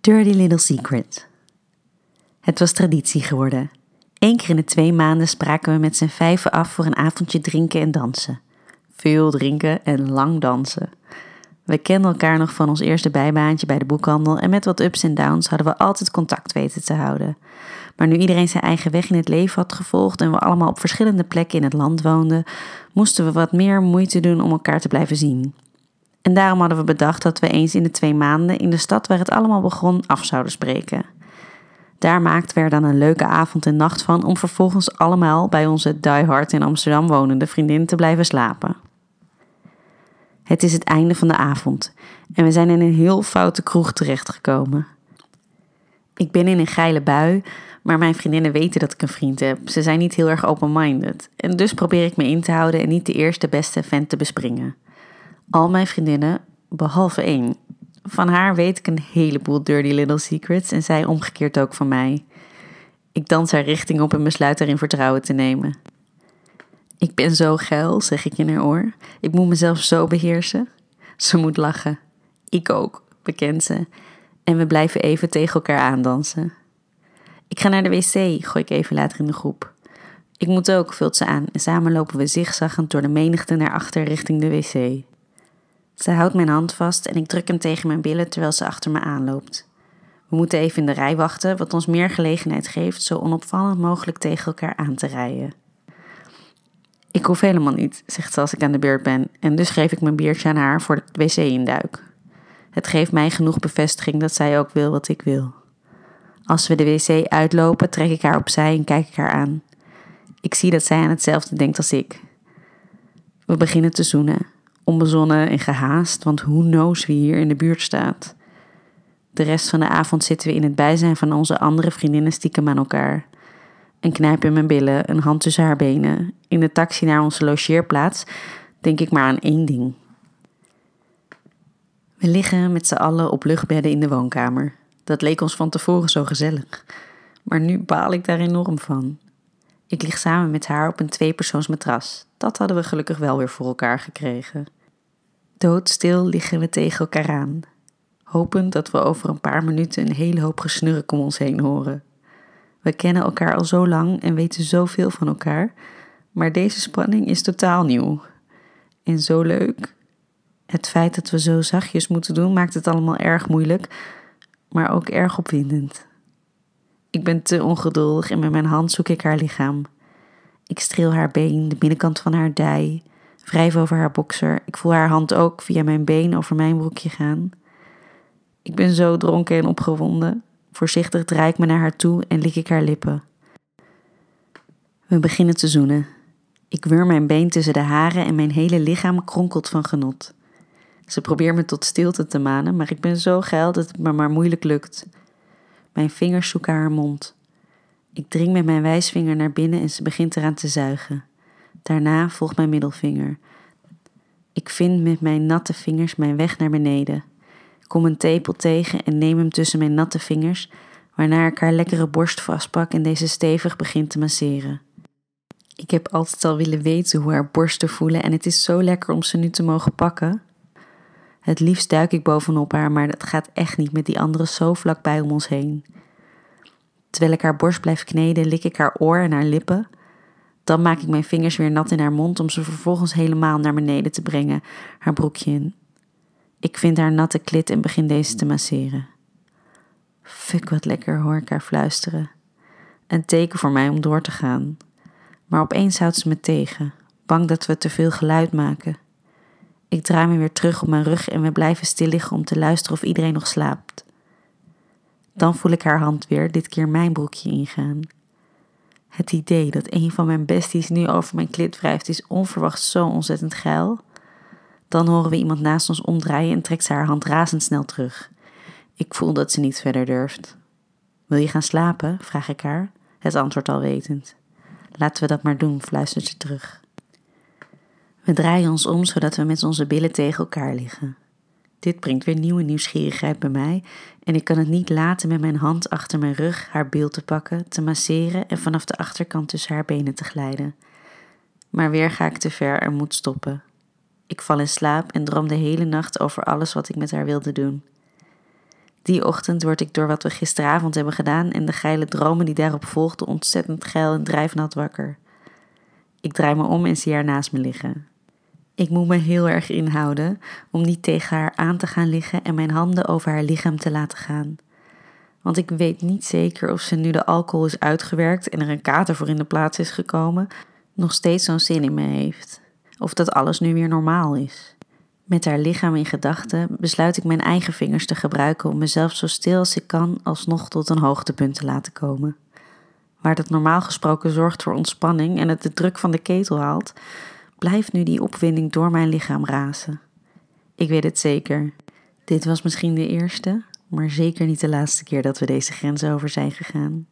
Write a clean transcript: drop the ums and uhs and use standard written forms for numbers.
Dirty Little Secret. Het was traditie geworden. 1 keer in de 2 maanden spraken we met z'n 5 af voor een avondje drinken en dansen. Veel drinken en lang dansen. We kenden elkaar nog van ons eerste bijbaantje bij de boekhandel en met wat ups en downs hadden we altijd contact weten te houden. Maar nu iedereen zijn eigen weg in het leven had gevolgd en we allemaal op verschillende plekken in het land woonden, moesten we wat meer moeite doen om elkaar te blijven zien. En daarom hadden we bedacht dat we eens in de 2 maanden in de stad waar het allemaal begon af zouden spreken. Daar maakten we er dan een leuke avond en nacht van om vervolgens allemaal bij onze diehard in Amsterdam wonende vriendin te blijven slapen. Het is het einde van de avond en we zijn in een heel foute kroeg terechtgekomen. Ik ben in een geile bui, maar mijn vriendinnen weten dat ik een vriend heb. Ze zijn niet heel erg open-minded en dus probeer ik me in te houden en niet de eerste beste vent te bespringen. Al mijn vriendinnen, behalve 1. Van haar weet ik een heleboel dirty little secrets en zij omgekeerd ook van mij. Ik dans haar richting op en besluit haar in vertrouwen te nemen. Ik ben zo geil, zeg ik in haar oor. Ik moet mezelf zo beheersen. Ze moet lachen. Ik ook, bekent ze. En we blijven even tegen elkaar aandansen. Ik ga naar de wc, gooi ik even later in de groep. Ik moet ook, vult ze aan en samen lopen we zigzaggend door de menigte naar achter richting de wc. Zij houdt mijn hand vast en ik druk hem tegen mijn billen terwijl ze achter me aanloopt. We moeten even in de rij wachten, wat ons meer gelegenheid geeft zo onopvallend mogelijk tegen elkaar aan te rijden. Ik hoef helemaal niet, zegt ze als ik aan de beurt ben, en dus geef ik mijn biertje aan haar voor de wc-induik. Het geeft mij genoeg bevestiging dat zij ook wil wat ik wil. Als we de wc uitlopen, trek ik haar opzij en kijk ik haar aan. Ik zie dat zij aan hetzelfde denkt als ik. We beginnen te zoenen. Onbezonnen en gehaast, want who knows wie hier in de buurt staat. De rest van de avond zitten we in het bijzijn van onze andere vriendinnen stiekem aan elkaar. Een knijp in mijn billen, een hand tussen haar benen. In de taxi naar onze logeerplaats denk ik maar aan 1 ding. We liggen met z'n allen op luchtbedden in de woonkamer. Dat leek ons van tevoren zo gezellig. Maar nu baal ik daar enorm van. Ik lig samen met haar op een 2-persoonsmatras. Dat hadden we gelukkig wel weer voor elkaar gekregen. Doodstil liggen we tegen elkaar aan. Hopend dat we over een paar minuten een hele hoop gesnurk om ons heen horen. We kennen elkaar al zo lang en weten zoveel van elkaar. Maar deze spanning is totaal nieuw. En zo leuk. Het feit dat we zo zachtjes moeten doen maakt het allemaal erg moeilijk. Maar ook erg opwindend. Ik ben te ongeduldig en met mijn hand zoek ik haar lichaam. Ik streel haar been, de binnenkant van haar dij, wrijf over haar bokser. Ik voel haar hand ook via mijn been over mijn broekje gaan. Ik ben zo dronken en opgewonden. Voorzichtig draai ik me naar haar toe en lik ik haar lippen. We beginnen te zoenen. Ik wurm mijn been tussen de haren en mijn hele lichaam kronkelt van genot. Ze probeert me tot stilte te manen, maar ik ben zo geil dat het me maar moeilijk lukt. Mijn vingers zoeken haar mond. Ik dring met mijn wijsvinger naar binnen en ze begint eraan te zuigen. Daarna volgt mijn middelvinger. Ik vind met mijn natte vingers mijn weg naar beneden. Ik kom een tepel tegen en neem hem tussen mijn natte vingers, waarna ik haar lekkere borst vastpak en deze stevig begint te masseren. Ik heb altijd al willen weten hoe haar borsten voelen en het is zo lekker om ze nu te mogen pakken. Het liefst duik ik bovenop haar, maar dat gaat echt niet met die andere zo vlakbij om ons heen. Terwijl ik haar borst blijf kneden, lik ik haar oor en haar lippen. Dan maak ik mijn vingers weer nat in haar mond om ze vervolgens helemaal naar beneden te brengen, haar broekje in. Ik vind haar natte klit en begin deze te masseren. Fuck wat lekker, hoor ik haar fluisteren. Een teken voor mij om door te gaan. Maar opeens houdt ze me tegen, bang dat we te veel geluid maken. Ik draai me weer terug op mijn rug en we blijven stil liggen om te luisteren of iedereen nog slaapt. Dan voel ik haar hand weer, dit keer mijn broekje ingaan. Het idee dat een van mijn besties nu over mijn klit wrijft is onverwacht zo ontzettend geil. Dan horen we iemand naast ons omdraaien en trekt ze haar hand razendsnel terug. Ik voel dat ze niet verder durft. Wil je gaan slapen? Vraag ik haar, het antwoord al wetend. Laten we dat maar doen, fluistert ze terug. We draaien ons om zodat we met onze billen tegen elkaar liggen. Dit brengt weer nieuwe nieuwsgierigheid bij mij en ik kan het niet laten met mijn hand achter mijn rug haar bil te pakken, te masseren en vanaf de achterkant tussen haar benen te glijden. Maar weer ga ik te ver en moet stoppen. Ik val in slaap en droom de hele nacht over alles wat ik met haar wilde doen. Die ochtend word ik door wat we gisteravond hebben gedaan en de geile dromen die daarop volgden ontzettend geil en drijfnat wakker. Ik draai me om en zie haar naast me liggen. Ik moet me heel erg inhouden om niet tegen haar aan te gaan liggen en mijn handen over haar lichaam te laten gaan. Want ik weet niet zeker of ze nu de alcohol is uitgewerkt en er een kater voor in de plaats is gekomen, nog steeds zo'n zin in me heeft. Of dat alles nu weer normaal is. Met haar lichaam in gedachten besluit ik mijn eigen vingers te gebruiken om mezelf zo stil als ik kan alsnog tot een hoogtepunt te laten komen. Waar dat normaal gesproken zorgt voor ontspanning en het de druk van de ketel haalt, blijft nu die opwinding door mijn lichaam razen. Ik weet het zeker. Dit was misschien de eerste, maar zeker niet de laatste keer dat we deze grens over zijn gegaan.